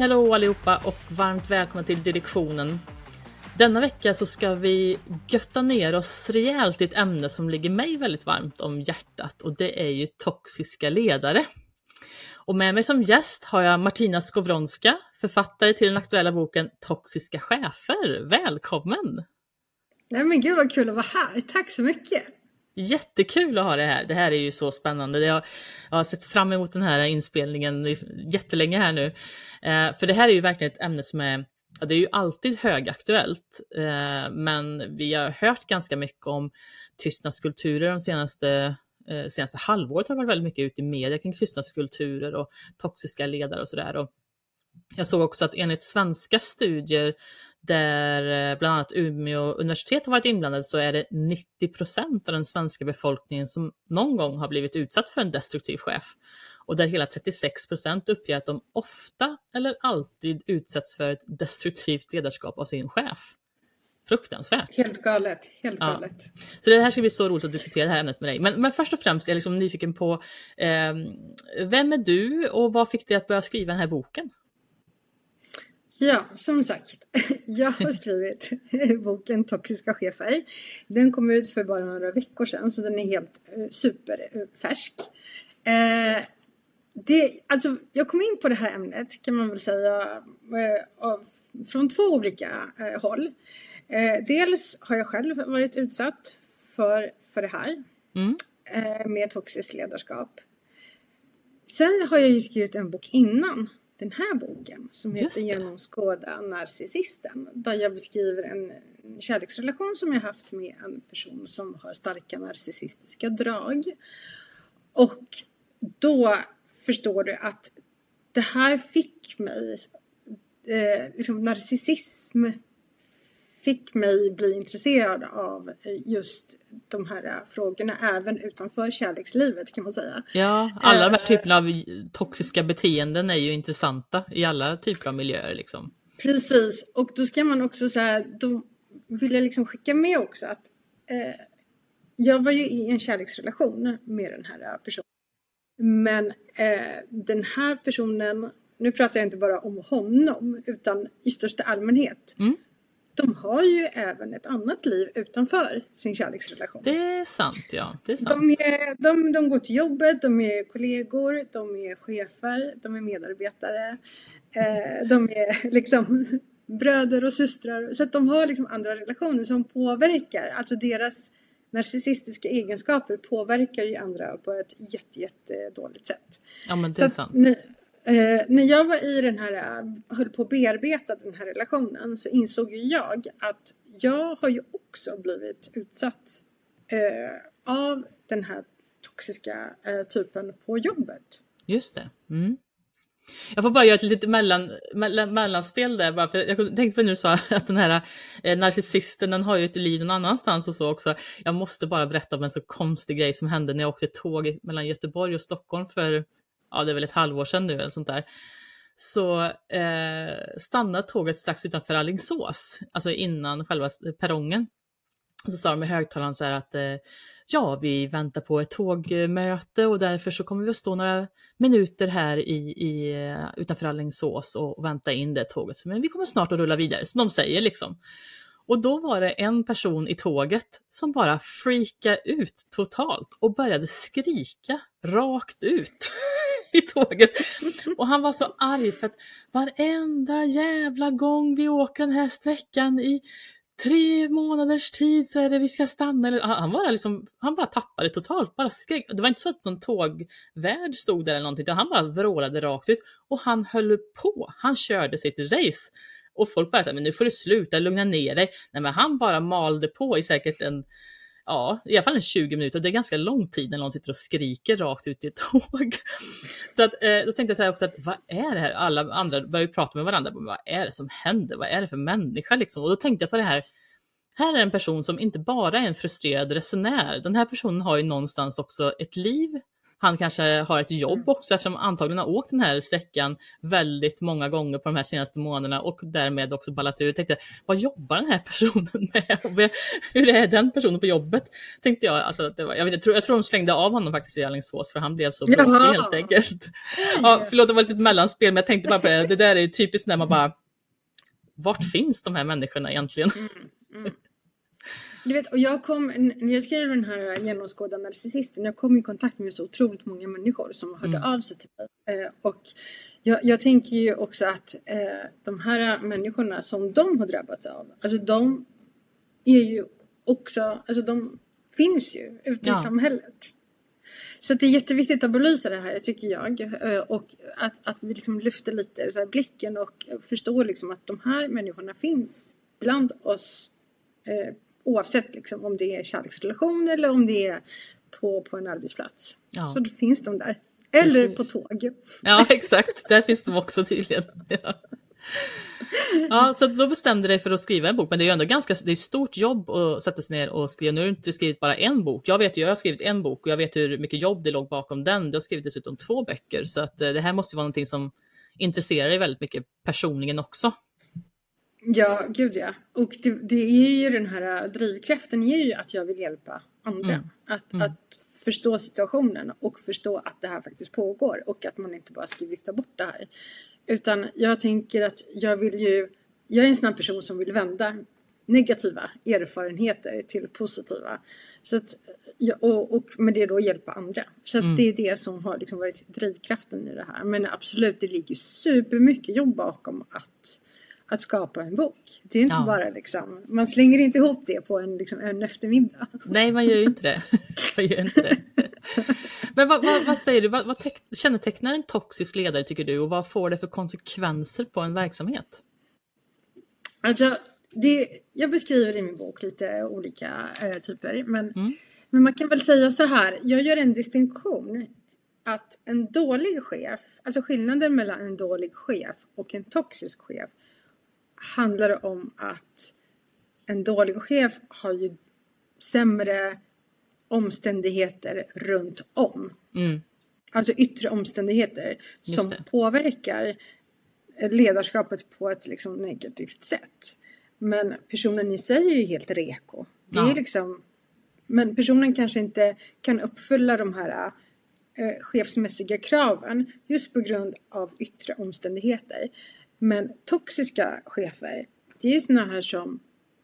hallå allihopa och varmt välkomna till Direktionen. Denna vecka så ska vi götta ner oss rejält i ett ämne som ligger mig väldigt varmt om hjärtat, och det är ju toxiska ledare. Och med mig som gäst har jag Martina Skowronska, författare till den aktuella boken Toxiska chefer. Välkommen! Nej men gud vad kul att vara här, tack så mycket! Jättekul att ha det här. Det här är ju så spännande. Jag har sett fram emot den här inspelningen jättelänge här nu. För det här är ju verkligen ett ämne som är, det är ju alltid högaktuellt. Men vi har hört ganska mycket om tystnadskulturer de senaste halvåret. Har varit väldigt mycket ute i media kring tystnadskulturer och toxiska ledare och sådär. Och jag såg också att enligt svenska studier där bland annat Umeå universitet har varit inblandade, så är det 90% av den svenska befolkningen som någon gång har blivit utsatt för en destruktiv chef. Och där hela 36% uppger att de ofta eller alltid utsätts för ett destruktivt ledarskap av sin chef. Fruktansvärt. Helt galet. Så det här ska bli så roligt att diskutera det här ämnet med dig. Men först och främst är jag liksom nyfiken på vem är du och vad fick dig att börja skriva den här boken? Ja, som sagt, jag har skrivit boken Toxiska chefer. Den kom ut för bara några veckor sedan, så den är helt superfärsk. Jag kom in på det här ämnet, kan man väl säga, från två olika håll. Dels har jag själv varit utsatt för det här med toxiskt ledarskap. Sen har jag ju skrivit en bok innan den här boken som heter Genomskåda narcissisten, där jag beskriver en kärleksrelation som jag haft med en person som har starka narcissistiska drag. Och då förstår du att det här fick mig, narcissism fick mig bli intresserad av just de här frågorna även utanför kärlekslivet, kan man säga. Ja, alla de här typerna av toxiska beteenden är ju intressanta i alla typer av miljöer liksom. Precis, och då ska man också då vill jag liksom skicka med också att jag var ju i en kärleksrelation med den här personen. Men den här personen, nu pratar jag inte bara om honom utan i största allmänhet. De har ju även ett annat liv utanför sin kärleksrelation. Det är sant, ja. Det är sant. De går till jobbet, de är kollegor, de är chefer, de är medarbetare. De är liksom bröder och systrar. Så att de har liksom andra relationer som påverkar. Alltså deras narcissistiska egenskaper påverkar ju andra på ett jättedåligt sätt. Ja, men det är sant. När jag var i höll på att bearbeta den här relationen, så insåg jag att jag har ju också blivit utsatt av den här toxiska typen på jobbet. Just det. Jag får bara göra ett litet mellanspel där, bara för jag tänkte på när du sa att den här narcissisten, den har ju ett liv någon annanstans och så också. Jag måste bara berätta om en så konstig grej som hände när jag åkte tåg mellan Göteborg och Stockholm för, det är väl ett halvår sedan nu eller sånt där. Så stannade tåget strax utanför Alingsås, alltså innan själva perrongen. Och så sa de i högtalaren så här att vi väntar på ett tågmöte och därför så kommer vi att stå några minuter här utanför Alingsås och vänta in det tåget. Men vi kommer snart att rulla vidare, så de säger liksom. Och då var det en person i tåget som bara freakade ut totalt och började skrika rakt ut i tåget. Och han var så arg för att varenda jävla gång vi åker den här sträckan i 3 månaders tid så är det vi ska stanna. Han bara tappade totalt, bara skrek. Det var inte så att någon tågvärd stod där eller någonting, utan han bara vrålade rakt ut. Och han höll på, han körde sitt race. Och folk bara sa, men nu får du sluta, lugna ner dig. Nej, men han bara malde på i säkert i alla fall 20 minuter. Det är ganska lång tid när någon sitter och skriker rakt ut i ett tåg. Så att, då tänkte jag säga också att vad är det här? Alla andra börjar ju prata med varandra. Vad är det som händer? Vad är det för människa liksom? Och då tänkte jag på det här. Här är en person som inte bara är en frustrerad resenär. Den här personen har ju någonstans också ett liv han kanske har ett jobb också, eftersom antagligen har åkt den här sträckan väldigt många gånger på de här senaste månaderna och därmed också ballat ur. Jag tänkte, vad jobbar den här personen med? Hur är den personen på jobbet? Tänkte jag. Alltså, det var, jag tror de slängde av honom faktiskt i Alingsås för han blev så bråkig helt enkelt. Ja, förlåt, det var lite ett mellanspel, men jag tänkte bara på det. Det där är typiskt när man bara, vart finns de här människorna egentligen? Du vet, och när jag skrev den här genomskådande narcissisten, jag kom i kontakt med så otroligt många människor som hörde av sig till mig. Och jag tänker ju också att de här människorna som de har drabbats av, alltså de är ju också, alltså de finns ju ute i samhället. Så det är jätteviktigt att belysa det här, tycker jag. Och att vi liksom lyfter lite så här blicken och förstår liksom att de här människorna finns bland oss. Oavsett liksom, om det är kärleksrelation eller om det är på en arbetsplats. Ja. Så då finns de där. Eller på tåg. Ja, exakt. Där finns de också tydligen. Ja, så då bestämde dig för att skriva en bok. Men det är ju ändå det är ett stort jobb att sätta sig ner och skriva. Nu har du inte skrivit bara en bok. Jag har skrivit en bok och jag vet hur mycket jobb det låg bakom den. Du har skrivit dessutom 2 böcker. Så att det här måste ju vara någonting som intresserar dig väldigt mycket personligen också. Ja, gud ja. Och det är ju den här drivkraften är ju att jag vill hjälpa andra. Att förstå situationen och förstå att det här faktiskt pågår. Och att man inte bara ska vifta bort det här. Utan jag tänker att jag är en sån här person som vill vända negativa erfarenheter till positiva. Så att, och med det då hjälpa andra. Så att det är det som har liksom varit drivkraften i det här. Men absolut, det ligger supermycket jobb bakom att skapa en bok. Det är inte bara liksom, man slänger inte ihop det på en eftermiddag. Nej, man gör ju inte det. Men vad säger du? Vad kännetecknar en toxisk ledare, tycker du? Och vad får det för konsekvenser på en verksamhet? Alltså, jag beskriver i min bok lite olika typer. Men man kan väl säga så här. Jag gör en distinktion. Att en dålig chef, alltså skillnaden mellan en dålig chef och en toxisk chef, handlar om att en dålig chef har ju sämre omständigheter runt om. Alltså yttre omständigheter som påverkar ledarskapet på ett liksom negativt sätt. Men personen i sig är ju helt reko. Det är liksom, men personen kanske inte kan uppfylla de här chefsmässiga kraven just på grund av yttre omständigheter. Men toxiska chefer, det är såna här som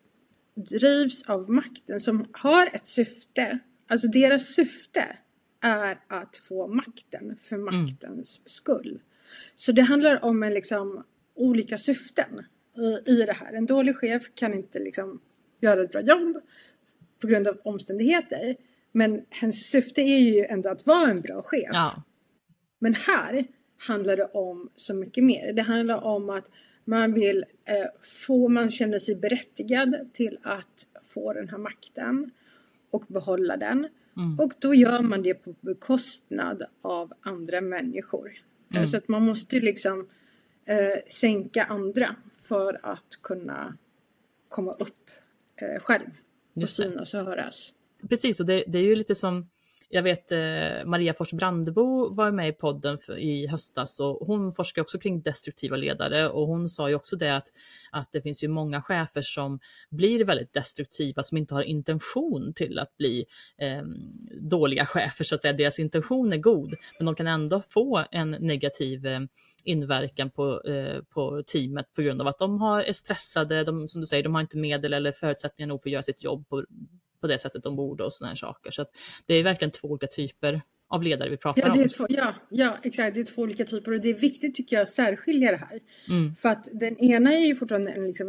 drivs av makten, som har ett syfte. Alltså deras syfte är att få makten för maktens skull. Så det handlar om liksom olika syften i det här. En dålig chef kan inte liksom göra ett bra jobb på grund av omständigheter. Men hennes syfte är ju ändå att vara en bra chef. Ja. Men här handlar det om så mycket mer. Det handlar om att man vill man känner sig berättigad till att få den här makten och behålla den. Och då gör man det på bekostnad av andra människor. Så att man måste liksom sänka andra för att kunna komma upp själv och synas och höras. Precis, och det är ju lite som, jag vet Maria Fors Brandebo var med i podden i höstas och hon forskar också kring destruktiva ledare och hon sa ju också det att det finns ju många chefer som blir väldigt destruktiva, som inte har intention till att bli dåliga chefer, så att säga. Deras intention är god, men de kan ändå få en negativ inverkan på teamet på grund av att de är stressade, som du säger, de har inte medel eller förutsättningar nog för att göra sitt jobb på det sättet de borde och såna här saker. Så att det är verkligen 2 olika typer av ledare vi pratar om. Ja, exakt. Det är 2 olika typer och det är viktigt, tycker jag, att särskilja det här. För att den ena är ju fortfarande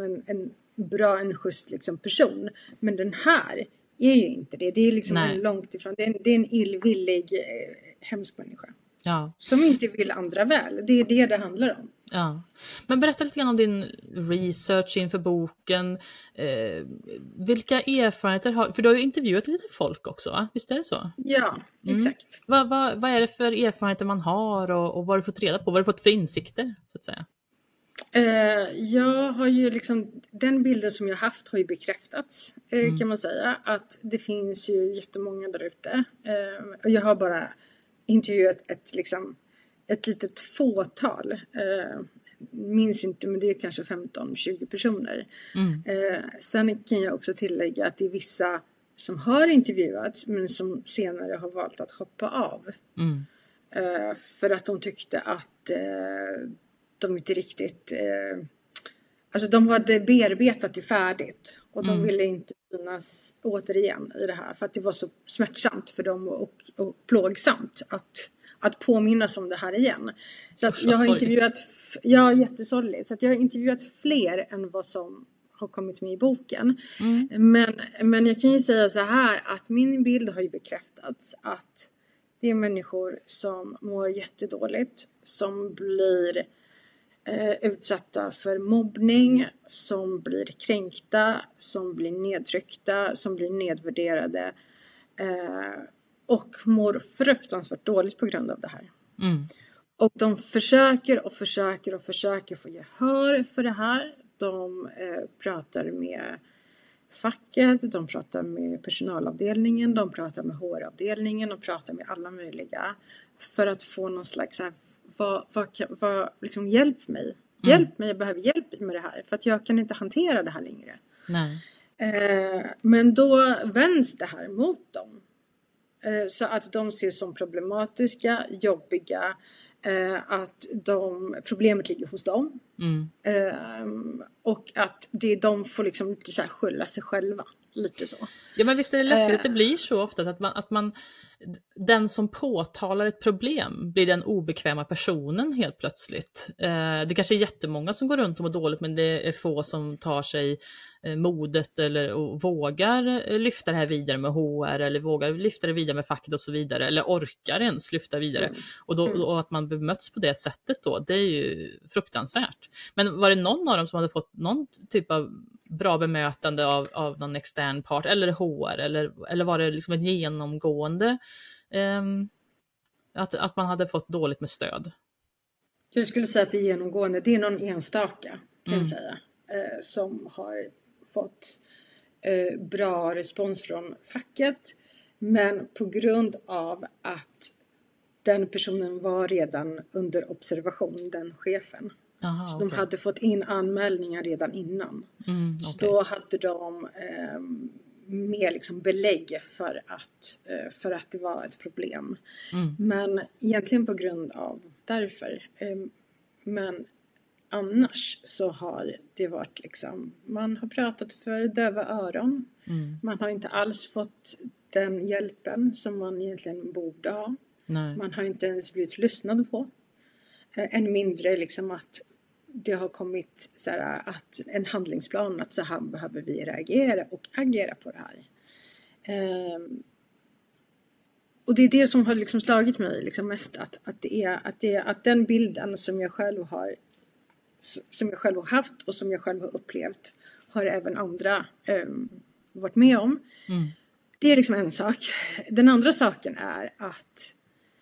en schysst liksom person. Men den här är ju inte det. Det är liksom en långt ifrån. Det är en illvillig, hemsk människa. Ja. Som inte vill andra väl. Det är det handlar om. Ja. Men berätta lite grann om din research inför boken. Vilka erfarenheter har... För du har ju intervjuat lite folk också, va? Visst är det så? Ja, exakt. Vad är det för erfarenheter man har och vad har du fått reda på? Vad har du fått för insikter, så att säga? Jag har ju liksom... Den bilden som jag haft har ju bekräftats, kan man säga. Att det finns ju jättemånga där ute. Och jag har bara intervjuat ett litet fåtal. Minns inte, men det är kanske 15-20 personer. Sen kan jag också tillägga att det är vissa som har intervjuats men som senare har valt att hoppa av. För att de tyckte att de inte riktigt... Alltså de hade bearbetat det färdigt och de ville inte synas återigen i det här för att det var så smärtsamt för dem och plågsamt att påminnas om det här igen. Så att jag har intervjuat, jättesorgligt, så att jag har intervjuat fler än vad som har kommit med i boken. Men jag kan ju säga så här att min bild har ju bekräftats att det är människor som mår jättedåligt, som blir utsatta för mobbning, som blir kränkta, som blir nedtryckta, som blir nedvärderade och mår fruktansvärt dåligt på grund av det här. Och de försöker få gehör för det här. De pratar med facket, de pratar med personalavdelningen, de pratar med HR-avdelningen, de pratar med alla möjliga för att få någon slags liksom hjälp mig. Hjälp mig, jag behöver hjälp med det här för att jag kan inte hantera det här längre. Nej. Men då vänds det här mot dem. Så att de ses som problematiska, jobbiga, att problemet ligger hos dem. Och att de får liksom lite så här skylla sig själva. Lite så. Ja, men visst är det läskigt att det blir så ofta att man den som påtalar ett problem blir den obekväma personen helt plötsligt. Det kanske är jättemånga som går runt och mår dåligt, men det är få som tar sig modet och vågar lyfta det här vidare med HR eller vågar lyfta det vidare med facket och så vidare, eller orkar ens lyfta vidare. Och att man bemöts på det sättet då, det är ju fruktansvärt. Men var det någon av dem som hade fått någon typ av bra bemötande av någon extern part eller HR, eller var det liksom ett genomgående att man hade fått dåligt med stöd? Jag skulle säga att det är genomgående. Det är någon enstaka kan jag säga som har fått bra respons från facket, men på grund av att den personen var redan under observation, den chefen. Aha, så de hade fått in anmälningar redan innan. Så då hade de mer liksom belägg för att det var ett problem. Men egentligen på grund av därför. Men annars så har det varit liksom, man har pratat för döva öron. Man har inte alls fått den hjälpen som man egentligen borde ha. Nej. Man har inte ens blivit lyssnad på. Än mindre liksom att det har kommit så här, att en handlingsplan, att så här behöver vi reagera och agera på det här. Och det är det som har liksom slagit mig liksom mest, att den bilden som jag själv har haft och som jag själv har upplevt har även andra varit med om. Det är liksom en sak. Den andra saken är att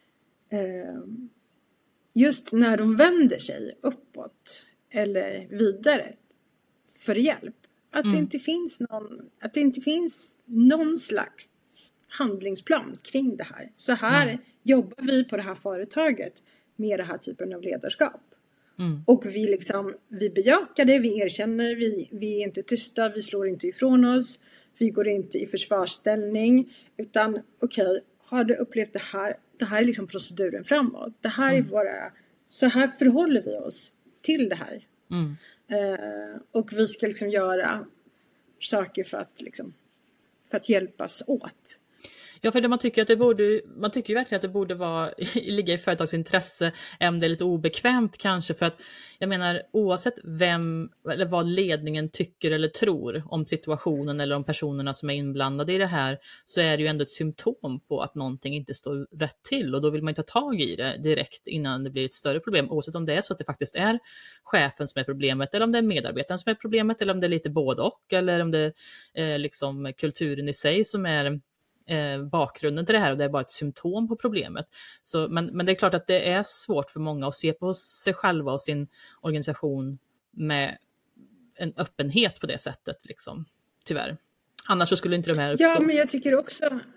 just när de vänder sig uppåt eller vidare för hjälp, att det inte finns någon slags handlingsplan kring det här. Så här jobbar vi på det här företaget med den här typen av ledarskap. Och vi bejakar det, vi erkänner, vi är inte tysta, vi slår inte ifrån oss, vi går inte i försvarsställning, utan har du upplevt det här är liksom proceduren framåt. Det här är så här förhåller vi oss till det här. Och vi ska liksom göra saker för att hjälpas åt. Ja, för man tycker ju verkligen att det borde ligga i företags intresse, även om det är lite obekvämt kanske, för att jag menar, oavsett vem eller vad ledningen tycker eller tror om situationen eller om personerna som är inblandade i det här, så är det ju ändå ett symptom på att någonting inte står rätt till, och då vill man inte ta tag i det direkt innan det blir ett större problem, oavsett om det är så att det faktiskt är chefen som är problemet, eller om det är medarbetaren som är problemet, eller om det är lite både och, eller om det är liksom kulturen i sig som är bakgrunden till det här, och det är bara ett symptom på problemet. Men det är klart att det är svårt för många att se på sig själva och sin organisation med en öppenhet på det sättet liksom, tyvärr. Annars så skulle inte de här uppstå. Ja, men jag tycker också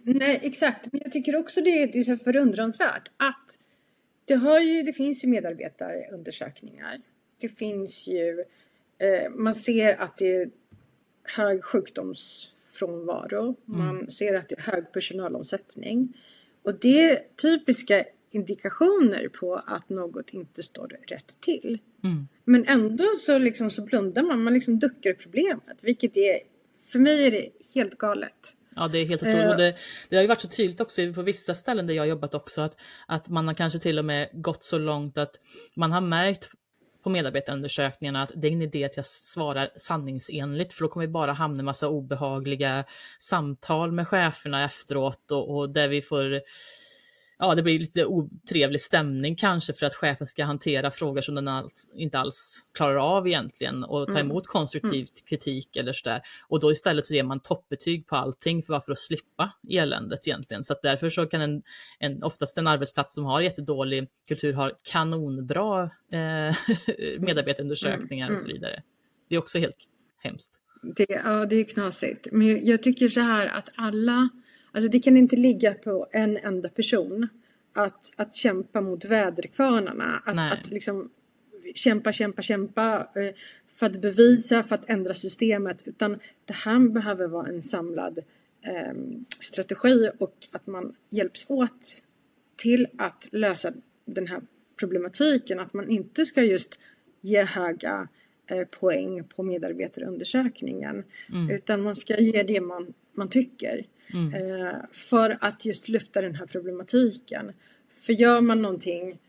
Nej, exakt. Men jag tycker också det är så förundransvärt att det finns ju medarbetarundersökningar. Det finns ju, man ser att det är hög sjukdomsfrånvaro. Man ser att det är hög personalomsättning. Och det är typiska indikationer på att något inte står rätt till. Men ändå så blundar man liksom duckar problemet. Vilket för mig är det helt galet. Ja, det är helt otroligt. Och det har ju varit så tydligt också på vissa ställen där jag har jobbat också att man har kanske till och med gått så långt att man har märkt på medarbetarundersökningarna att det är ingen idé att jag svarar sanningsenligt, för då kommer vi bara hamna i massa obehagliga samtal med cheferna efteråt och där vi får, ja, det blir lite otrevlig stämning kanske för att chefen ska hantera frågor som den inte alls klarar av egentligen och ta emot konstruktiv kritik eller sådär. Och då istället så ger man toppbetyg på allting för att slippa eländet egentligen. Så att därför så kan oftast en arbetsplats som har jättedålig kultur ha kanonbra medarbetarundersökningar och så vidare. Det är också helt hemskt. Det är knasigt. Men jag tycker så här att alltså det kan inte ligga på en enda person att kämpa mot väderkvarnarna. Att liksom kämpa för att bevisa, för att ändra systemet. Utan det här behöver vara en samlad strategi och att man hjälps åt till att lösa den här problematiken. Att man inte ska just ge höga poäng på medarbetarundersökningen. Utan man ska ge det man tycker. För att just lyfta den här problematiken. För gör man någonting,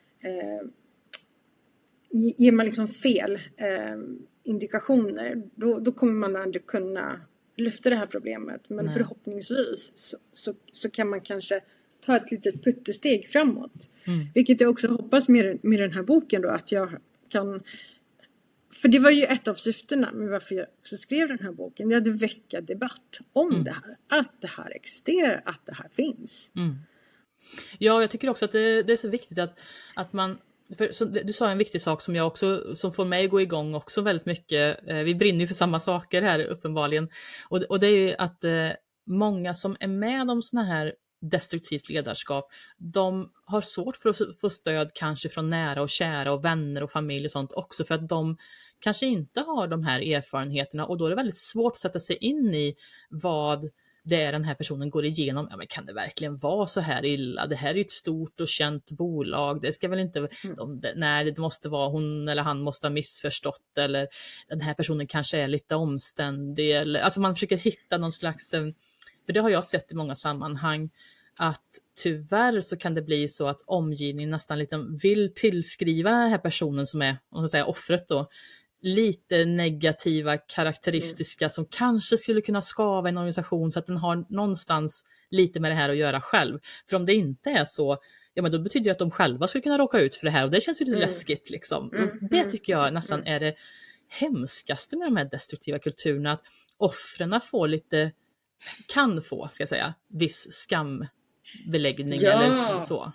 ger man liksom fel indikationer, då kommer man aldrig kunna lyfta det här problemet. Men förhoppningsvis så kan man kanske ta ett litet puttesteg framåt. Vilket jag också hoppas med den här boken då, att jag kan. För det var ju ett av syftena med varför jag också skrev den här boken. Det hade väcka debatt om det här. Att det här existerar, att det här finns. Ja, jag tycker också att det är så viktigt att man. För, du sa en viktig sak som jag också, som får mig gå igång också väldigt mycket. Vi brinner ju för samma saker här uppenbarligen. Och det är ju att många som är med om såna här destruktivt ledarskap, de har svårt för att få stöd kanske från nära och kära och vänner och familj och sånt också, för att de kanske inte har de här erfarenheterna, och då är det väldigt svårt att sätta sig in i vad det är den här personen går igenom. Ja, men kan det verkligen vara så här illa? Det här är ju ett stort och känt bolag. Det ska väl inte nej, det måste vara, hon eller han måste ha missförstått, eller den här personen kanske är lite omständig, eller alltså man försöker hitta någon slags. För det har jag sett i många sammanhang, att tyvärr så kan det bli så att omgivningen nästan lite vill tillskriva den här personen som är, om man ska säga, offret då, lite negativa karaktäristiska som kanske skulle kunna skava en organisation, så att den har någonstans lite med det här att göra själv. För om det inte är så, ja, men då betyder det att de själva skulle kunna råka ut för det här, och det känns ju lite läskigt liksom. Och det tycker jag nästan är det hemskaste med de här destruktiva kulturerna, att offren får lite, kan få, ska jag säga, viss skambeläggning eller så.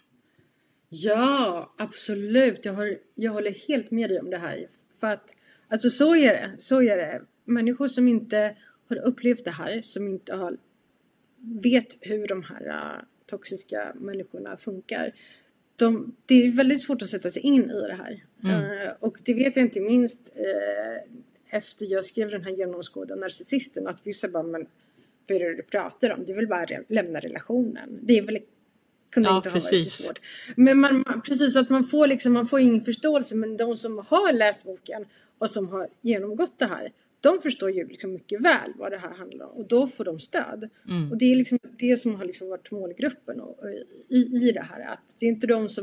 Ja, absolut. Jag håller helt med dig om det här. För att, alltså så är det. Människor som inte har upplevt det här, som inte vet hur de här toxiska människorna funkar. Det är väldigt svårt att sätta sig in i det här. Och det vet jag inte minst efter jag skrev den här genomskådade narcissisten, att vissa bara, men vad är det du pratar om? Det är väl bara lämna relationen. Det är väl, kunde inte ha varit så svårt. Men precis, att man får ingen förståelse, men de som har läst boken och som har genomgått det här, de förstår ju liksom mycket väl vad det här handlar om, och då får de stöd. Och det är liksom det som har liksom varit målgruppen i det här, att det är inte de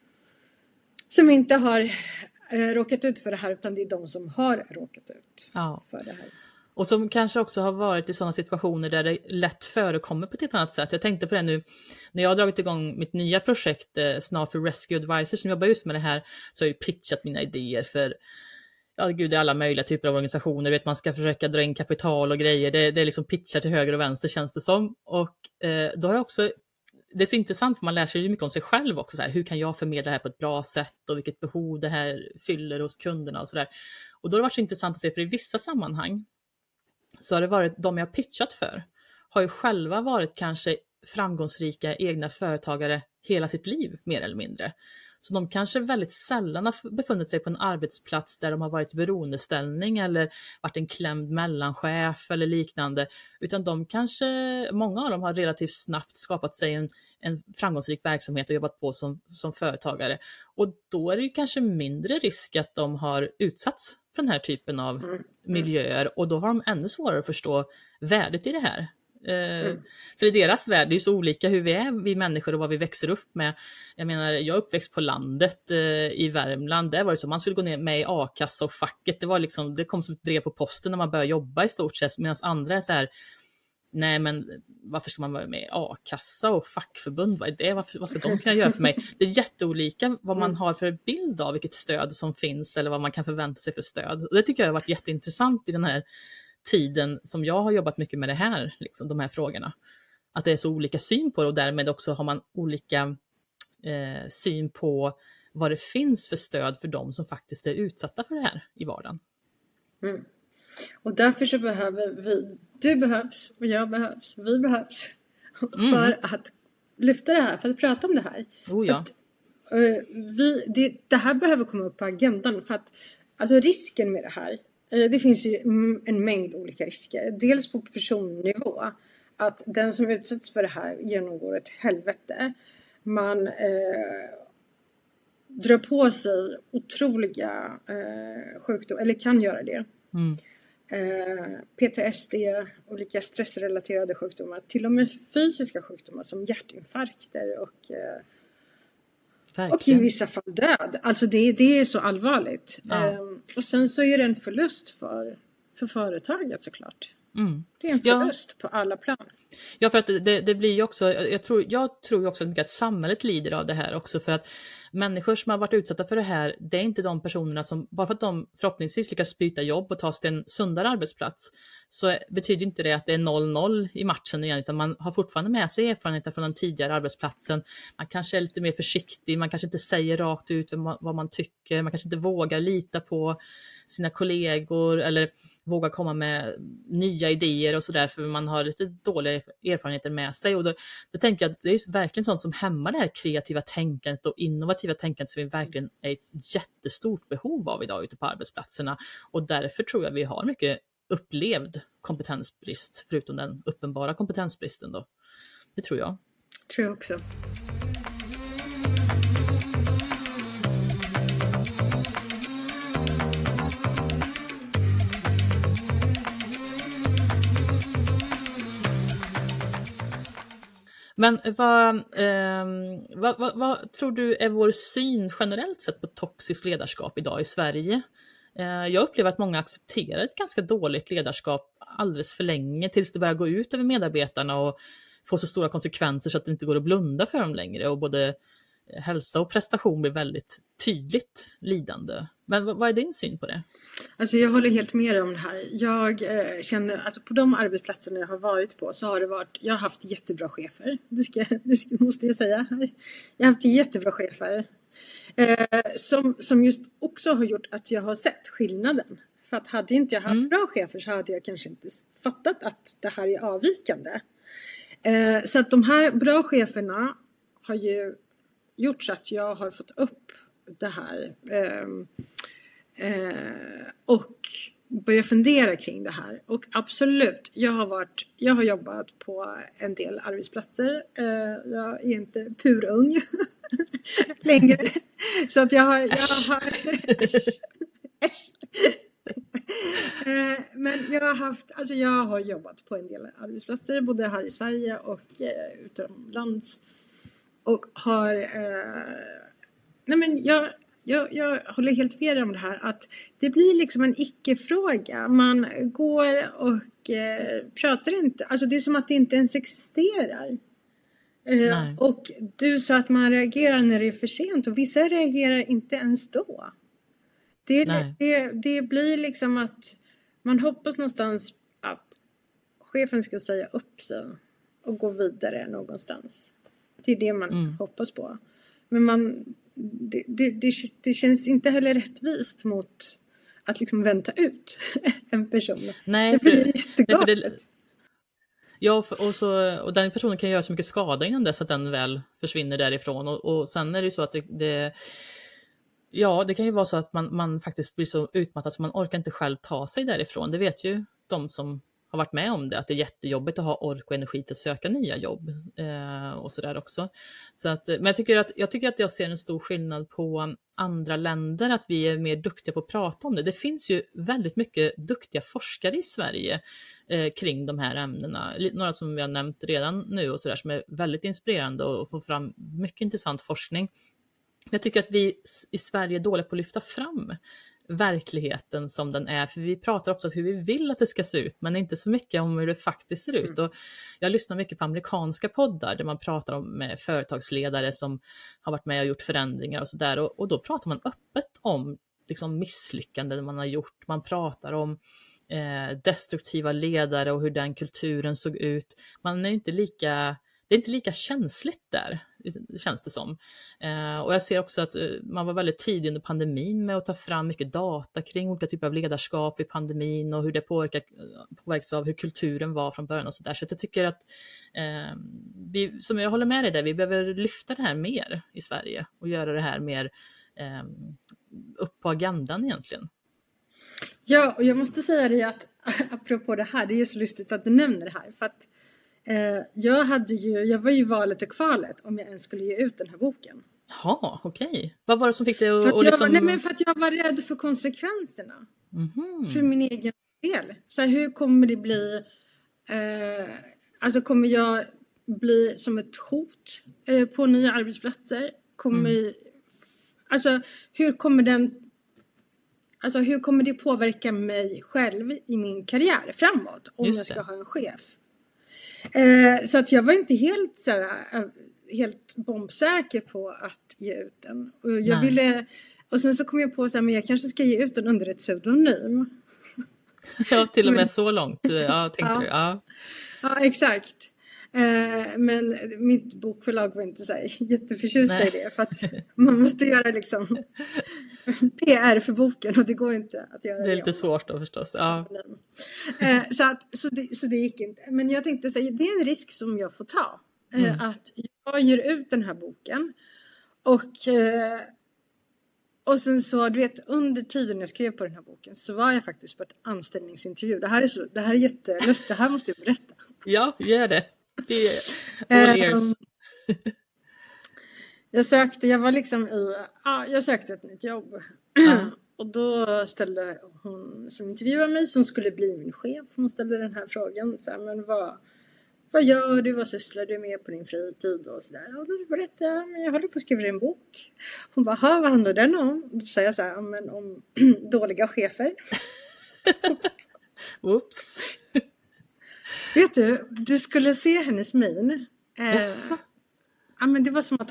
som inte har råkat ut för det här, utan det är de som har råkat ut för det här. Och som kanske också har varit i sådana situationer där det lätt förekommer på ett helt annat sätt. Jag tänkte på det nu, när jag har dragit igång mitt nya projekt Snafu Rescue Advisors, som jobbar just med det här, så har jag pitchat mina idéer för, ja gud, det är alla möjliga typer av organisationer. Vet, man ska försöka dra in kapital och grejer. Det är liksom pitchar till höger och vänster, känns det som. Och då har jag också, det är så intressant, för man lär sig ju mycket om sig själv också. Så här, hur kan jag förmedla det här på ett bra sätt, och vilket behov det här fyller hos kunderna och sådär. Och då har det varit så intressant att se, för i vissa sammanhang så har det varit, de jag har pitchat för har ju själva varit kanske framgångsrika egna företagare hela sitt liv mer eller mindre. Så de kanske väldigt sällan har befunnit sig på en arbetsplats där de har varit i beroendeställning eller varit en klämd mellanchef eller liknande. Utan många av dem har relativt snabbt skapat sig en framgångsrik verksamhet och jobbat på som företagare. Och då är det ju kanske mindre risk att de har utsatts för den här typen av miljöer. Och då har de ännu svårare att förstå värdet i det här. För i deras värld, det är ju så olika hur vi är, vi människor, och vad vi växer upp med. Jag menar, jag är uppväxt på landet i Värmland. Där var det så, man skulle gå ner med i a-kassa och facket. Det var liksom, det kom som ett brev på posten när man började jobba i stort sett. Medan andra är så här, nej men varför ska man vara med i a-kassa och fackförbund? Vad är det? Vad ska de kunna göra för mig? Det är jätteolika vad man har för bild av vilket stöd som finns eller vad man kan förvänta sig för stöd. Och det tycker jag har varit jätteintressant i den här tiden som jag har jobbat mycket med det här, liksom, de här frågorna. Att det är så olika syn på det, och därmed också har man olika syn på vad det finns för stöd för de som faktiskt är utsatta för det här i vardagen. Och därför så behöver du behövs och jag behövs, vi behövs för att lyfta det här, för att prata om det här. Oh ja. Det här behöver komma upp på agendan, för att alltså risken med det här, det finns ju en mängd olika risker. Dels på personnivå, att den som utsätts för det här genomgår ett helvete. Man drar på sig otroliga sjukdomar, eller kan göra det. PTSD, olika stressrelaterade sjukdomar, till och med fysiska sjukdomar som hjärtinfarkter och i vissa fall död. Alltså det är så allvarligt. Och sen så är det en förlust för företaget såklart. Det är en förlust på alla plan. Ja, för att det blir ju också, jag tror ju också att samhället lider av det här också, för att människor som har varit utsatta för det här, det är inte de personerna som, bara för att de förhoppningsvis lyckas byta jobb och ta sig till en sundare arbetsplats, så betyder inte det att det är 0-0 i matchen igen, utan man har fortfarande med sig erfarenheter från den tidigare arbetsplatsen. Man kanske är lite mer försiktig, man kanske inte säger rakt ut vad man tycker, man kanske inte vågar lita på sina kollegor eller vågar komma med nya idéer och sådär, för man har lite dåliga erfarenheter med sig. Och då tänker jag att det är verkligen sånt som hämmar det här kreativa tänkandet och innovativa tänkandet som vi verkligen är ett jättestort behov av idag ute på arbetsplatserna. Och därför tror jag vi har mycket upplevd kompetensbrist, förutom den uppenbara kompetensbristen då. Det tror jag. Tror jag också. Men vad tror du är vår syn generellt sett på toxiskt ledarskap idag i Sverige? Jag upplever att många accepterar ett ganska dåligt ledarskap alldeles för länge, tills det börjar gå ut över medarbetarna och få så stora konsekvenser så att det inte går att blunda för dem längre, och både hälsa och prestation blir väldigt tydligt lidande. Men vad är din syn på det? Alltså jag håller helt med om det här. Jag känner, alltså på de arbetsplatserna jag har varit på så har det varit, jag har haft jättebra chefer. Det måste jag säga. Jag har haft jättebra chefer. Som just också har gjort att jag har sett skillnaden. För att hade inte jag haft bra chefer så hade jag kanske inte fattat att det här är avvikande. Så att de här bra cheferna har ju gjort så att jag har fått upp det här och börja fundera kring det här. Och absolut, jag har jobbat på en del arbetsplatser. Jag är inte purung längre. Så att jag har men jag har jobbat på en del arbetsplatser, både här i Sverige och utomlands. Och har jag håller helt med om det här, att det blir liksom en icke-fråga. Man går och pratar inte, alltså det är som att det inte ens existerar. Och du sa att man reagerar när det är för sent, och vissa reagerar inte ens då. Det blir liksom att man hoppas någonstans att chefen ska säga upp sig och gå vidare någonstans. Det är det man hoppas på. Men det känns inte heller rättvist mot att liksom vänta ut en person. Nej, det blir jättegalet. Ja, och den personen kan göra så mycket skada innan dess att den väl försvinner därifrån. Och sen är det ju så att det kan ju vara så att man faktiskt blir så utmattad så man orkar inte själv ta sig därifrån. Det vet ju de som har varit med om det, att det är jättejobbigt att ha ork och energi till att söka nya jobb och sådär också. Så att, men jag tycker att jag ser en stor skillnad på andra länder, att vi är mer duktiga på att prata om det. Det finns ju väldigt mycket duktiga forskare i Sverige kring de här ämnena. Några som vi har nämnt redan nu och sådär, som är väldigt inspirerande och får fram mycket intressant forskning. Jag tycker att vi i Sverige är dåliga på att lyfta fram verkligheten som den är, för vi pratar ofta om hur vi vill att det ska se ut, men inte så mycket om hur det faktiskt ser ut. Och jag lyssnar mycket på amerikanska poddar där man pratar med företagsledare som har varit med och gjort förändringar och sådär, och då pratar man öppet om liksom misslyckanden man har gjort. Man pratar om destruktiva ledare och hur den kulturen såg ut. Man är inte lika Det är inte lika känsligt där, känns det som. Och jag ser också att man var väldigt tidig under pandemin med att ta fram mycket data kring olika typer av ledarskap i pandemin och hur det påverkas av hur kulturen var från början och sådär. Så jag tycker att, som jag håller med dig där, vi behöver lyfta det här mer i Sverige och göra det här mer upp på agendan egentligen. Ja, och jag måste säga det att apropå det här, det är ju så lustigt att du nämner det här, för att jag var ju valet och kvalet om jag ens skulle ge ut den här boken. Jaha, okej. Vad var det som fick dig för att jag var rädd för konsekvenserna. Mm-hmm. För min egen del. Så här, hur kommer det bli? Alltså kommer jag bli som ett hot på nya arbetsplatser? Alltså hur kommer det påverka mig själv i min karriär framåt om jag ska ha en chef? Så att jag var inte helt bombsäker på att ge ut den. Och jag ville, och sen så kom jag på men jag kanske ska ge ut den under ett pseudonym. Ja, till och med så långt. Ja, tänkte du. Ja, exakt. Men mitt bokförlag var inte så jätteförtjusta i det, för att man måste göra liksom PR för boken och det går inte att göra det. Det är lite svårt då förstås. Ja. Så det gick inte. Men jag tänkte så det är en risk som jag får ta. Att jag ger ut den här boken och sen så, du vet, under tiden jag skrev på den här boken så var jag faktiskt på ett anställningsintervju. Det här är jättelustigt, det här måste jag berätta. Ja, gör det. Det är all ears. Jag sökte ett nytt jobb. Och då ställde hon som intervjuade mig, som skulle bli min chef, hon ställde den här frågan. Så här, men vad gör du? Vad sysslar du med på din fritid? Och sådär. Och då berättade jag, men jag håller på att skriva en bok. Hon bara, vad handlar den om? Då säger jag så här, men om dåliga chefer. Oops. Vet du skulle se hennes min. Men det var som att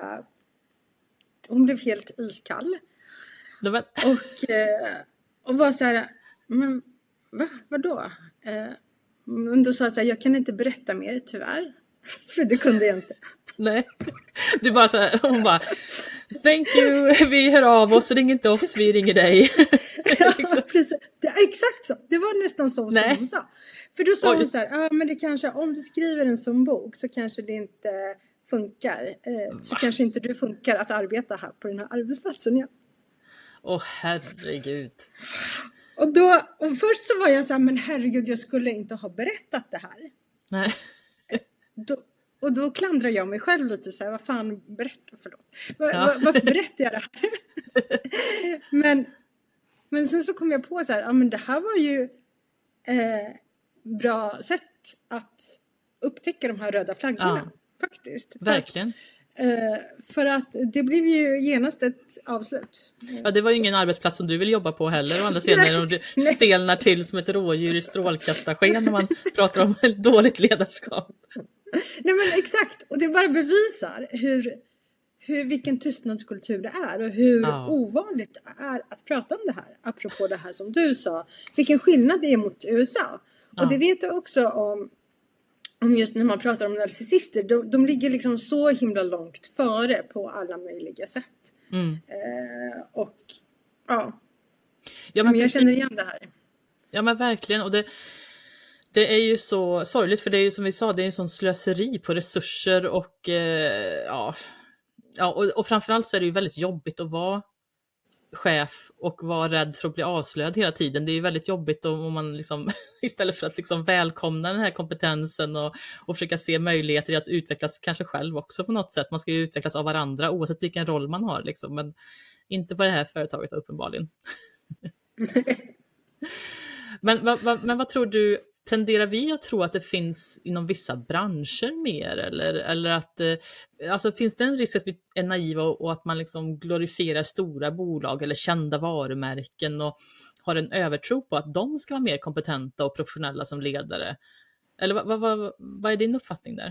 hon blev helt iskall. Och var så här, men vadå? Men då sa jag så här, jag kan inte berätta mer tyvärr. För det kunde jag inte. Nej, du bara så här, hon bara, thank you, vi hör av oss, ring inte oss, vi ringer dig. Ja, precis. Exakt så, det var nästan så som hon sa. För då sa hon så här, men det kanske, om du skriver en sån bok så kanske det inte funkar. Så kanske inte du funkar att arbeta här på den här arbetsplatsen. Ja. Herregud. Och först så var jag så här, men herregud, jag skulle inte ha berättat det här. Nej. Och då klandrar jag mig själv lite så här, vad fan varför berättar jag det här? men sen så kom jag på så här, men det här var ju bra sätt att upptäcka de här röda flaggorna. Faktiskt. Verkligen. För att det blev ju genast ett avslut. Ja, det var ju ingen arbetsplats som du vill jobba på heller. Och andra sidan när de stelnar till som ett rådjur i strålkastarsken när man pratar om dåligt ledarskap. Nej, men exakt. Och det bara bevisar vilken tystnadskultur det är. Och hur ovanligt det är att prata om det här. Apropå det här som du sa. Vilken skillnad det är mot USA. Och det vet jag också om just när man pratar om narcissister, de ligger liksom så himla långt före på alla möjliga sätt. Men jag känner igen det här. Ja, men verkligen. Och Det är ju så sorgligt, för det är ju som vi sa, det är ju sån slöseri på resurser och och framförallt så är det ju väldigt jobbigt att vara chef och vara rädd för att bli avslöjad hela tiden. Det är ju väldigt jobbigt om man liksom, istället för att liksom välkomna den här kompetensen och försöka se möjligheter i att utvecklas kanske själv också på något sätt. Man ska ju utvecklas av varandra oavsett vilken roll man har liksom, men inte på det här företaget uppenbarligen. Men vad tror du, tenderar vi att tro att det finns inom vissa branscher mer, eller att alltså finns det en risk att vi är naiva och att man liksom glorifierar stora bolag eller kända varumärken och har en övertro på att de ska vara mer kompetenta och professionella som ledare? Eller vad är din uppfattning där?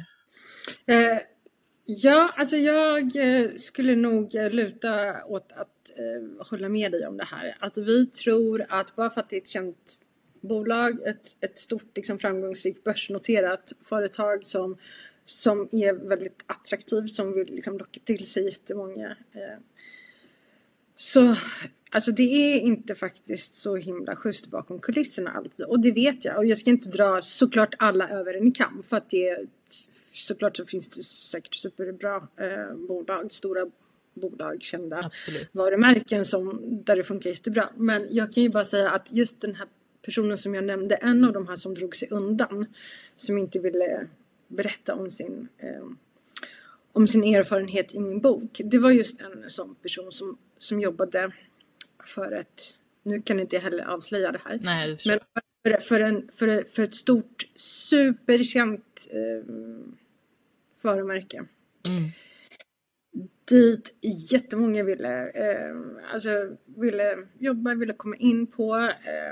Ja, alltså jag skulle nog luta åt att hålla med dig om det här. Att vi tror att bara för att det är ett känt bolag, ett stort liksom, framgångsrikt börsnoterat företag som är väldigt attraktivt, som vill liksom, locka till sig jättemånga. Så alltså det är inte faktiskt så himla schysst bakom kulisserna alltid. Och det vet jag. Och jag ska inte dra såklart alla över en kam. För att såklart så finns det säkert superbra bolag, stora bolag, kända Absolut. varumärken där det funkar jättebra. Men jag kan ju bara säga att just den här personen som jag nämnde, en av de här som drog sig undan, som inte ville berätta om sin erfarenhet i min bok. Det var just en sån person som jobbade för nu kan inte jag heller avslöja det här. Nej, men för ett stort superkänt varumärke. Mm. Dit jättemånga ville jobba, ville komma in på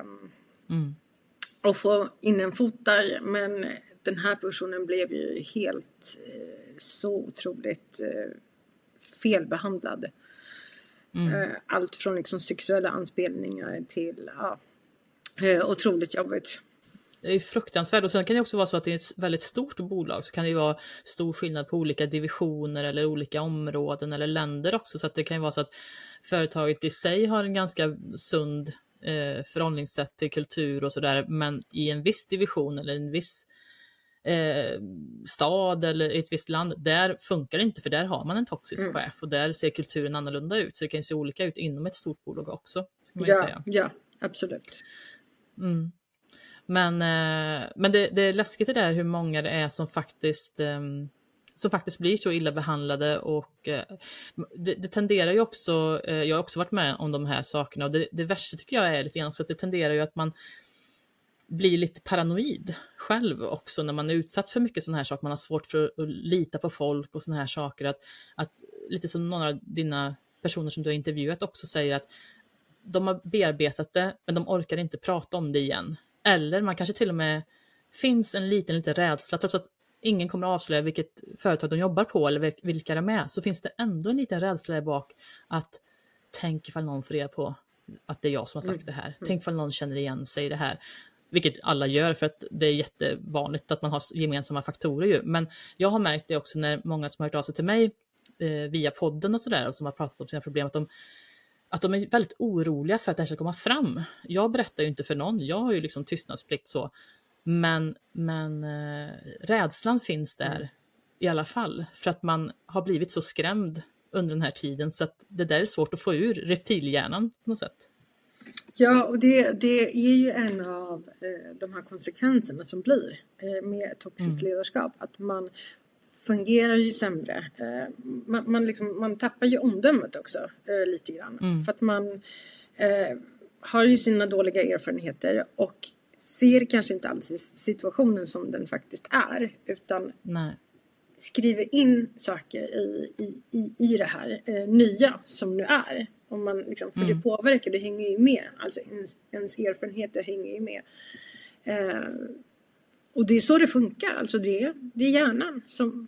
och få in en fot där, men den här personen blev ju helt så otroligt felbehandlad. Allt från liksom sexuella anspelningar till otroligt jobbigt. Det är fruktansvärt, och sen kan det också vara så att det är ett väldigt stort bolag, så kan det ju vara stor skillnad på olika divisioner eller olika områden eller länder också, så att det kan ju vara så att företaget i sig har en ganska sund förhållningssätt till kultur och sådär, men i en viss division eller en viss stad eller ett visst land, där funkar det inte, för där har man en toxisk chef och där ser kulturen annorlunda ut, så det kan ju se olika ut inom ett stort bolag också, ska man ju säga. Ja, absolut. Men det är läskigt det där hur många det är som faktiskt blir så illa behandlade, och det tenderar ju också, jag har också varit med om de här sakerna, och det värsta tycker jag är lite grann också att det tenderar ju att man blir lite paranoid själv också när man är utsatt för mycket sådana här saker. Man har svårt för att lita på folk och sådana här saker, att lite som några av dina personer som du har intervjuat också säger, att de har bearbetat det men de orkar inte prata om det igen. Eller man kanske till och med finns en liten rädsla, trots att ingen kommer att avslöja vilket företag de jobbar på eller vilka de är, så finns det ändå en liten rädsla där bak, att tänk ifall någon får reda på att det är jag som har sagt det här. Tänk ifall någon känner igen sig i det här. Vilket alla gör, för att det är jättevanligt att man har gemensamma faktorer ju. Men jag har märkt det också när många som har hört av sig till mig via podden och sådär, och som har pratat om sina problem, att de är väldigt oroliga för att det här ska komma fram. Jag berättar ju inte för någon, jag har ju liksom tystnadsplikt så. Men rädslan finns där i alla fall, för att man har blivit så skrämd under den här tiden, så att det där är svårt att få ur reptilhjärnan på något sätt. Ja, och det är ju en av de här konsekvenserna som blir med toxiskt ledarskap. Att man fungerar ju sämre. Man tappar ju omdömet också lite grann. För att man har ju sina dåliga erfarenheter och ser kanske inte alls situationen som den faktiskt är. Utan skriver in saker i det här nya som nu är. Om man liksom, för det påverkar, det hänger ju med. Alltså ens erfarenheter hänger ju med. Och det är så det funkar. Alltså det är hjärnan som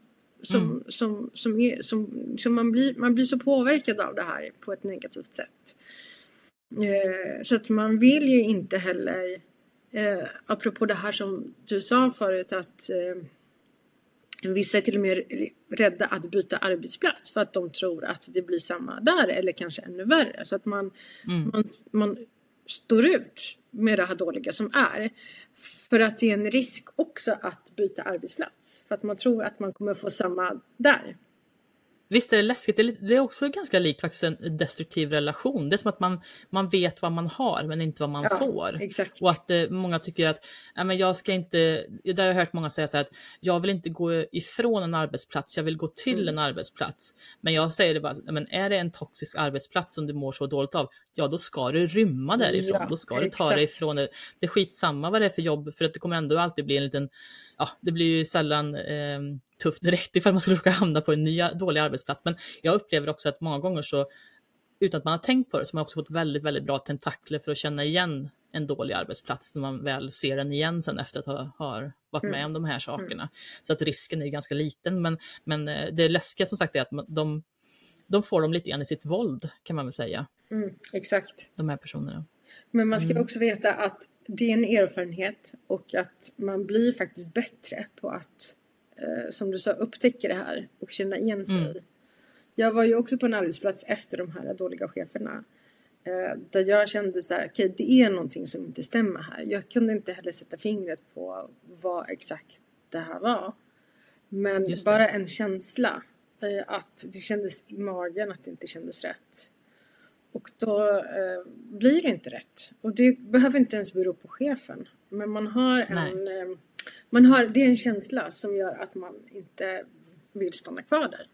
man blir så påverkad av det här på ett negativt sätt. Så att man vill ju inte heller, apropå det här som du sa förut, att vissa är till och med rädda att byta arbetsplats för att de tror att det blir samma där eller kanske ännu värre. Så att man står ut med det här dåliga som är. För att det är en risk också att byta arbetsplats. För att man tror att man kommer få samma där. Visst är det läskigt, det är också ganska likt faktiskt en destruktiv relation. Det är som att man vet vad man har men inte vad man får. Exakt. Och att många tycker att men jag ska inte, där har jag hört många säga så här, att jag vill inte gå ifrån en arbetsplats, jag vill gå till en arbetsplats. Men jag säger det bara, men är det en toxisk arbetsplats som du mår så dåligt av, ja då ska du rymma därifrån, då ska du ta dig ifrån det. Det är skitsamma vad det är för jobb, för att det kommer ändå alltid bli en liten, det blir ju sällan tufft direkt ifall man skulle råka hamna på en ny dålig arbetsplats. Men jag upplever också att många gånger så, utan att man har tänkt på det, så har man också fått väldigt, väldigt bra tentakler för att känna igen en dålig arbetsplats när man väl ser den igen sen efter att ha varit med om de här sakerna. Så att risken är ganska liten, men det läskiga som sagt är att de får dem lite grann i sitt våld, kan man väl säga. Exakt. De här personerna. Men man ska också veta att det är en erfarenhet och att man blir faktiskt bättre på att, som du sa, upptäcka det här och känna igen sig. Jag var ju också på en arbetsplats efter de här dåliga cheferna. Där jag kände så här, okej, det är någonting som inte stämmer här. Jag kunde inte heller sätta fingret på vad exakt det här var. Men bara en känsla att det kändes i magen att det inte kändes rätt. Och då blir det inte rätt. Och det behöver inte ens bero på chefen. Men man har det är en känsla som gör att man inte vill stanna kvar där.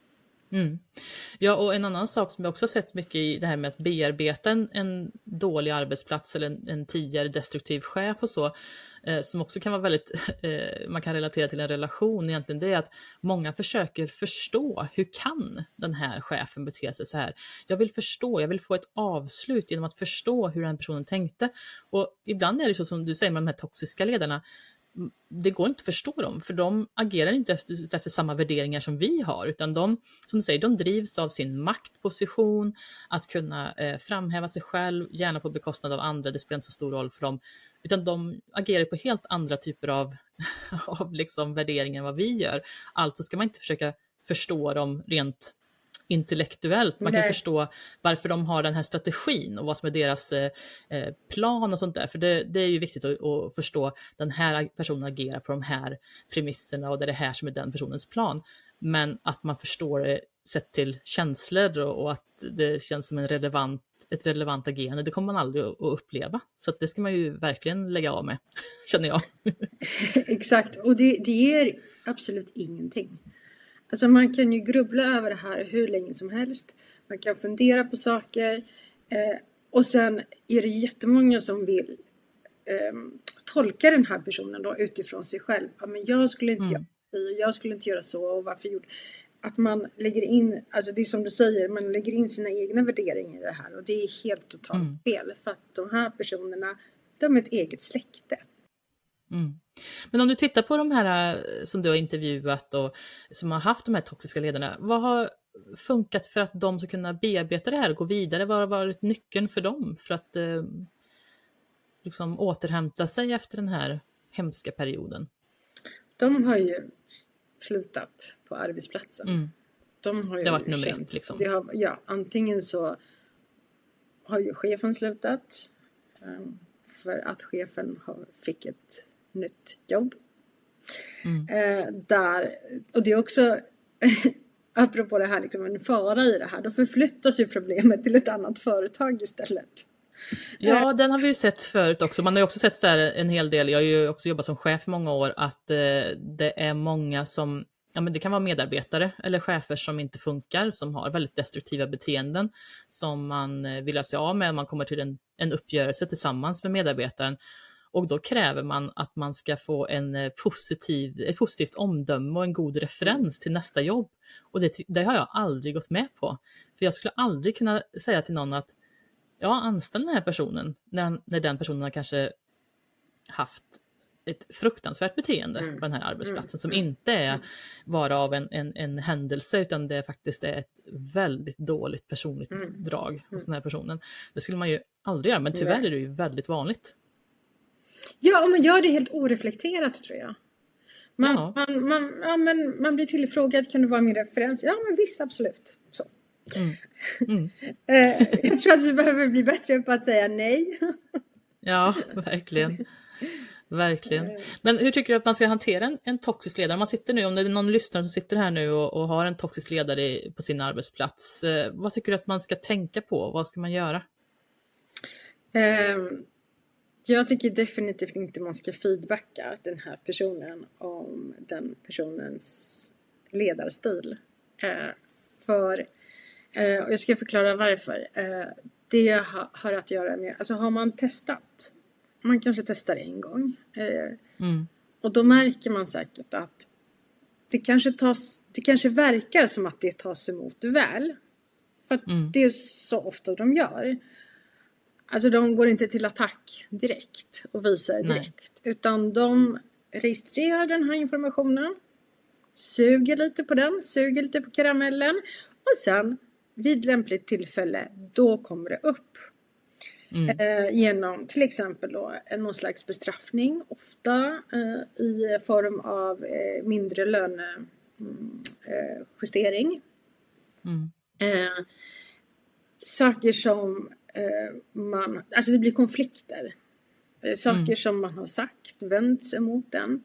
Ja, och en annan sak som jag också har sett mycket i det här med att bearbeta en dålig arbetsplats eller en tidigare destruktiv chef och så, som också kan vara väldigt, man kan relatera till en relation egentligen, det är att många försöker förstå, hur kan den här chefen bete sig så här? Jag vill få ett avslut genom att förstå hur den personen tänkte. Och ibland är det så som du säger med de här toxiska ledarna, det går inte att förstå dem, för de agerar inte efter samma värderingar som vi har, utan de, som du säger, de drivs av sin maktposition, att kunna framhäva sig själv, gärna på bekostnad av andra, det spelar inte så stor roll för dem, utan de agerar på helt andra typer av liksom värderingar än vad vi gör. Alltså ska man inte försöka förstå dem rent intellektuellt. Man kan förstå varför de har den här strategin och vad som är deras plan och sånt där. För det är ju viktigt att förstå, den här personen agerar på de här premisserna och det är det här som är den personens plan. Men att man förstår det sett till känslor och att det känns som ett relevant agerande, det kommer man aldrig att uppleva. Så att det ska man ju verkligen lägga av med, känner jag. Exakt, och det ger absolut ingenting. Alltså man kan ju grubbla över det här hur länge som helst. Man kan fundera på saker. Och sen är det jättemånga som vill tolka den här personen då utifrån sig själv. Ja, men jag skulle inte göra det, jag skulle inte göra så, och varför gjorde. Att man lägger in, alltså det är som du säger, man lägger in sina egna värderingar i det här. Och det är helt totalt fel. För att de här personerna, de är ett eget släkte. Men om du tittar på de här som du har intervjuat och som har haft de här toxiska ledarna, vad har funkat för att de ska kunna bearbeta det här och gå vidare? Vad har varit nyckeln för dem för att liksom återhämta sig efter den här hemska perioden? De har ju slutat på arbetsplatsen. De har ju det har varit nummer ett liksom. Antingen så har ju chefen slutat för att chefen fick ett nytt jobb. Och det är också apropå det här liksom, en fara i det här, då förflyttas ju problemet till ett annat företag istället. Ja, den har vi ju sett förut också. Man har ju också sett där en hel del, jag har ju också jobbat som chef i många år, att det är många som, men det kan vara medarbetare eller chefer som inte funkar, som har väldigt destruktiva beteenden som man vill ha sig av med. Man kommer till en uppgörelse tillsammans med medarbetaren. Och då kräver man att man ska få ett positivt omdöme och en god referens till nästa jobb. Och det har jag aldrig gått med på. För jag skulle aldrig kunna säga till någon att anställ den här personen när den personen har kanske haft ett fruktansvärt beteende på den här arbetsplatsen som inte är bara av en händelse, utan det faktiskt är ett väldigt dåligt personligt drag hos den här personen. Det skulle man ju aldrig göra, men tyvärr är det ju väldigt vanligt. Ja, om man gör det helt oreflekterat tror jag. Man blir tillfrågad, kan du vara min referens? Ja, men visst, absolut. Så. Jag tror att vi behöver bli bättre på att säga nej. Ja, verkligen. Verkligen. Men hur tycker du att man ska hantera en toxisk ledare? Om det är någon lyssnare som sitter här nu och har en toxisk ledare på sin arbetsplats, vad tycker du att man ska tänka på? Vad ska man göra? Jag tycker definitivt inte man ska feedbacka den här personen om den personens ledarstil. Och jag ska förklara varför. Det har att göra med, alltså har man testat, man kanske testar en gång. Och då märker man säkert att det kanske verkar som att det tas emot väl. För att det är så ofta de gör. Alltså de går inte till attack direkt och visar direkt. Nej. Utan de registrerar den här informationen. Suger lite på den. Suger lite på karamellen. Och sen vid lämpligt tillfälle då kommer det upp. Genom till exempel då någon slags bestraffning. Ofta i form av mindre lönejustering. Saker som alltså det blir konflikter. Saker som man har sagt vänds emot den.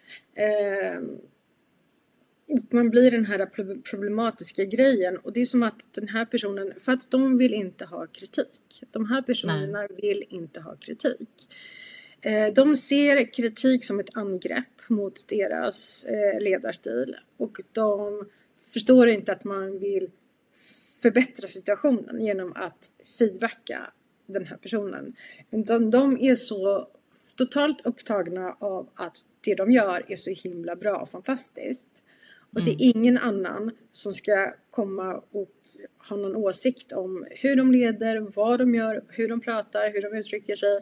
Och man blir den här problematiska grejen. Och det är som att den här personen, för att de vill inte ha kritik. De här personerna vill inte ha kritik. De ser kritik som ett angrepp mot deras ledarstil. Och de förstår inte att man vill förbättra situationen genom att feedbacka den här personen. Utan de är så totalt upptagna av att det de gör är så himla bra och fantastiskt. Och det är ingen annan som ska komma och ha någon åsikt om hur de leder, vad de gör, hur de pratar, hur de uttrycker sig.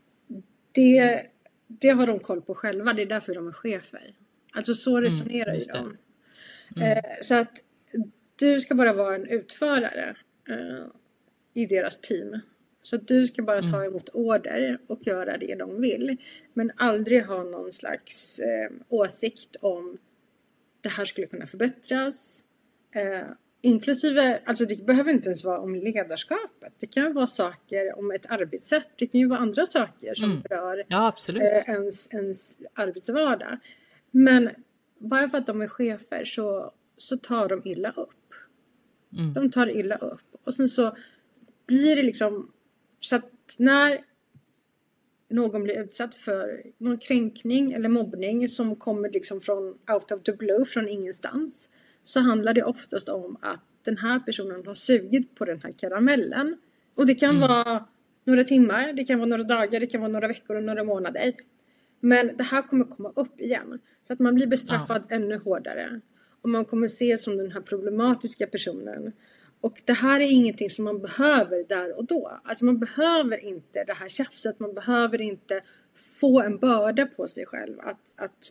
Det har de koll på själva, det är därför de är chefer. Alltså så resonerar ju de. Så att du ska bara vara en utförare i deras team. Så att du ska bara ta emot order och göra det de vill. Men aldrig ha någon slags åsikt om det här skulle kunna förbättras. Inklusive, alltså det behöver inte ens vara om ledarskapet. Det kan vara saker om ett arbetssätt. Det kan ju vara andra saker som berör ens arbetsvardag. Men bara för att de är chefer så tar de illa upp. De tar illa upp. Och sen så blir det liksom så att när någon blir utsatt för någon kränkning eller mobbning som kommer liksom från out of the blue, från ingenstans, så handlar det oftast om att den här personen har sugit på den här karamellen. Och det kan vara några timmar, det kan vara några dagar, det kan vara några veckor och några månader. Men det här kommer komma upp igen. Så att man blir bestraffad ännu hårdare. Och man kommer se som den här problematiska personen. Och det här är ingenting som man behöver där och då. Alltså man behöver inte det här tjafset. Man behöver inte få en börda på sig själv. Att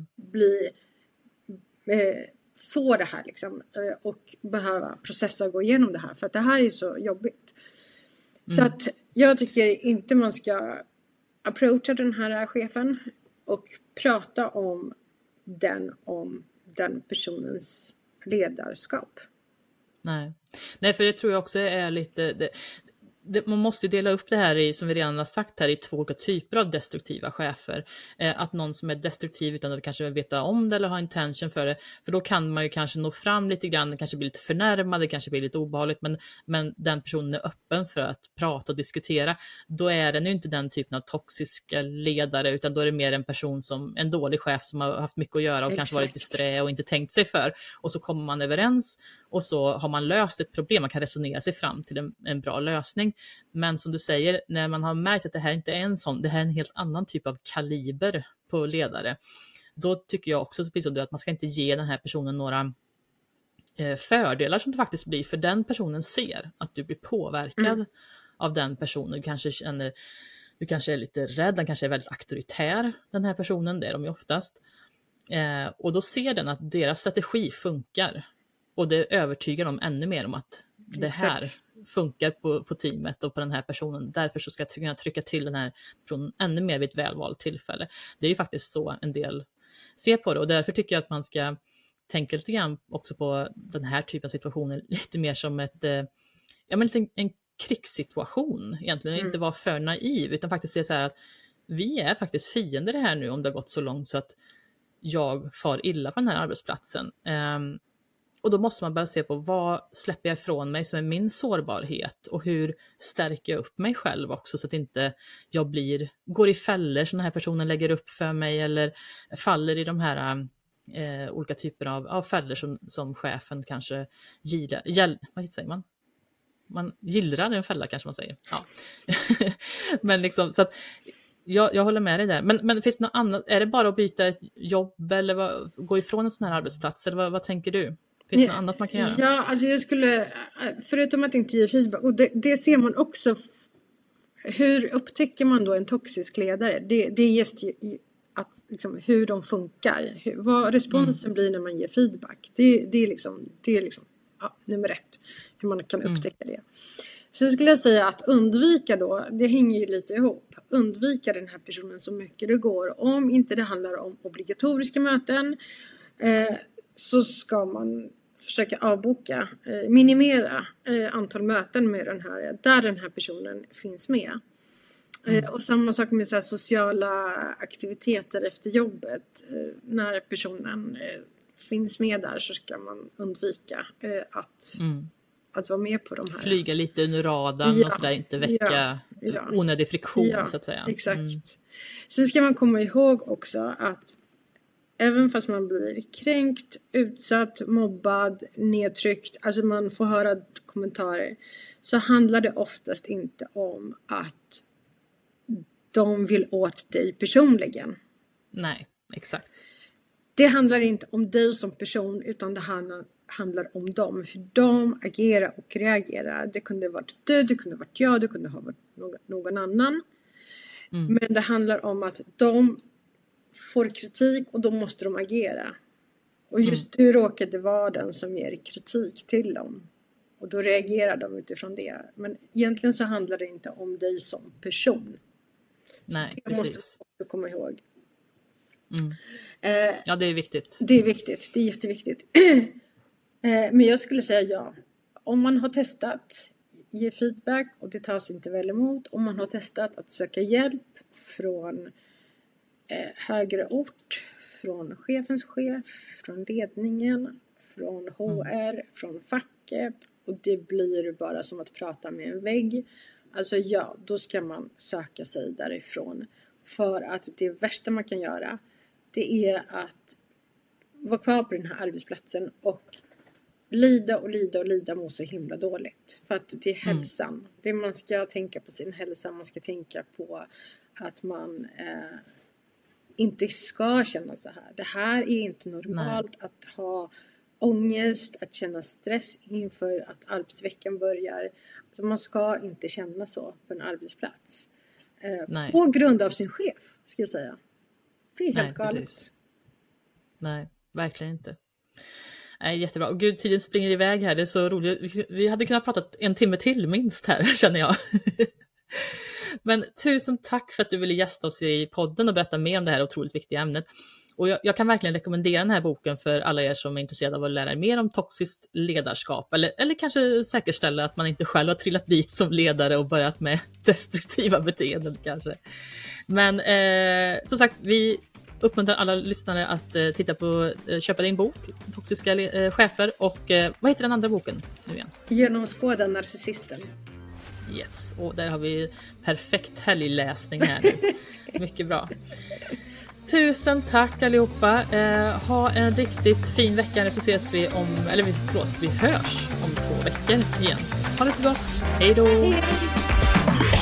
få det här liksom. Och behöva processa och gå igenom det här. För att det här är så jobbigt. Så att jag tycker inte man ska approacha den här chefen. Och prata om den personens ledarskap. Nej, för det tror jag också är lite... Man måste ju dela upp det här i, som vi redan har sagt här, i två olika typer av destruktiva chefer. Att någon som är destruktiv utan att kanske veta om det eller ha intention för det. För då kan man ju kanske nå fram lite grann, det kanske blir lite förnärmad, det kanske blir lite obehagligt. Men den personen är öppen för att prata och diskutera. Då är den ju inte den typen av toxiska ledare, utan då är det mer en person som, en dålig chef som har haft mycket att göra och kanske varit disträ och inte tänkt sig för. Och så kommer man överens och så har man löst ett problem, man kan resonera sig fram till en bra lösning. Men som du säger, när man har märkt att det här inte är en sån, det här är en helt annan typ av kaliber på ledare, då tycker jag också att man ska inte ge den här personen några fördelar som det faktiskt blir, för den personen ser att du blir påverkad av den personen. Du kanske är lite rädd, den kanske är väldigt auktoritär, den här personen, det är de ju oftast. Och då ser den att deras strategi funkar. Och det övertygar dem ännu mer om att det här funkar på teamet och på den här personen. Därför så ska jag kunna trycka till den här personen ännu mer vid ett välvalt tillfälle. Det är ju faktiskt så en del ser på det. Och därför tycker jag att man ska tänka lite grann också på den här typen av situationer lite mer som en krigssituation egentligen, inte vara för naiv, utan faktiskt se så här att vi är faktiskt fiender här nu om det har gått så långt så att jag far illa på den här arbetsplatsen. Och då måste man börja se på vad släpper jag ifrån mig som är min sårbarhet och hur stärker jag upp mig själv också så att inte jag går i fällor som den här personen lägger upp för mig eller faller i de här olika typer av fällor som chefen kanske vad säger man? Man gillrar en fälla kanske man säger. Ja. Men liksom så att jag håller med dig där. Men finns det något annat? Är det bara att byta ett jobb eller gå ifrån en sån här arbetsplats? Eller vad tänker du? Finns det något annat man kan göra? Ja, alltså jag skulle, förutom att inte ge feedback, och det ser man också, hur upptäcker man då en toxisk ledare? Det är just att, liksom, hur de funkar, vad responsen blir när man ger feedback. Det är liksom nummer 1, hur man kan upptäcka det. Så skulle jag säga att undvika då, det hänger ju lite ihop. Undvika den här personen så mycket det går. Om inte det handlar om obligatoriska möten så ska man försöka avboka, minimera antal möten med där den här personen finns med. Och samma sak med så här sociala aktiviteter efter jobbet. När personen finns med där så ska man undvika att vara med på de här. Flyga lite under radarn och sådär, inte väcka onödig friktion så att säga. Exakt. Sen ska man komma ihåg också att även fast man blir kränkt, utsatt, mobbad, nedtryckt, alltså man får höra kommentarer, så handlar det oftast inte om att de vill åt dig personligen. Nej, exakt. Det handlar inte om dig som person, utan det handlar om dem, hur de agerar och reagerar. Det kunde ha varit du, det kunde ha varit jag, det kunde ha varit någon annan. Men det handlar om att de får kritik och då måste de agera. Och just du råkade vara den som ger kritik till dem. Och då reagerar de utifrån det. Men egentligen så handlar det inte om dig som person. Nej, så det måste man också komma ihåg. Ja, det är viktigt. Det är viktigt, det är jätteviktigt. Men jag skulle säga ja. Om man har testat, ge feedback och det tas inte väl emot. Om man har testat att söka hjälp från högre ort, från chefens chef, från ledningen, från HR, från facket, och det blir bara som att prata med en vägg. Alltså ja, då ska man söka sig därifrån. För att det värsta man kan göra, det är att vara kvar på den här arbetsplatsen och lida må så himla dåligt. För att det är hälsan. Det man ska tänka på sin hälsa, man ska tänka på att man inte ska känna så här. Det här är inte normalt. Nej. Att ha ångest, att känna stress inför att arbetsveckan börjar. Alltså man ska inte känna så på en arbetsplats. På grund av sin chef, ska jag säga. Det är helt galet. Precis. Nej, verkligen inte. Nej, jättebra. Och gud, tiden springer iväg här. Det är så roligt. Vi hade kunnat prata 1 timme till minst här, känner jag. Men tusen tack för att du ville gästa oss i podden och berätta mer om det här otroligt viktiga ämnet. Och jag kan verkligen rekommendera den här boken för alla er som är intresserade av att lära er mer om toxiskt ledarskap. Eller kanske säkerställa att man inte själv har trillat dit som ledare och börjat med destruktiva beteenden kanske. Men som sagt, vi uppmuntrar alla lyssnare att köpa din bok, Toxiska chefer. Och vad heter den andra boken nu igen? Genomskåda narcissisten. Yes, och där har vi perfekt helgläsning här nu. Mycket bra. Tusen tack allihopa. Ha en riktigt fin vecka. Så ses vi vi hörs om 2 veckor igen. Ha det så gott. Hej då! Hej.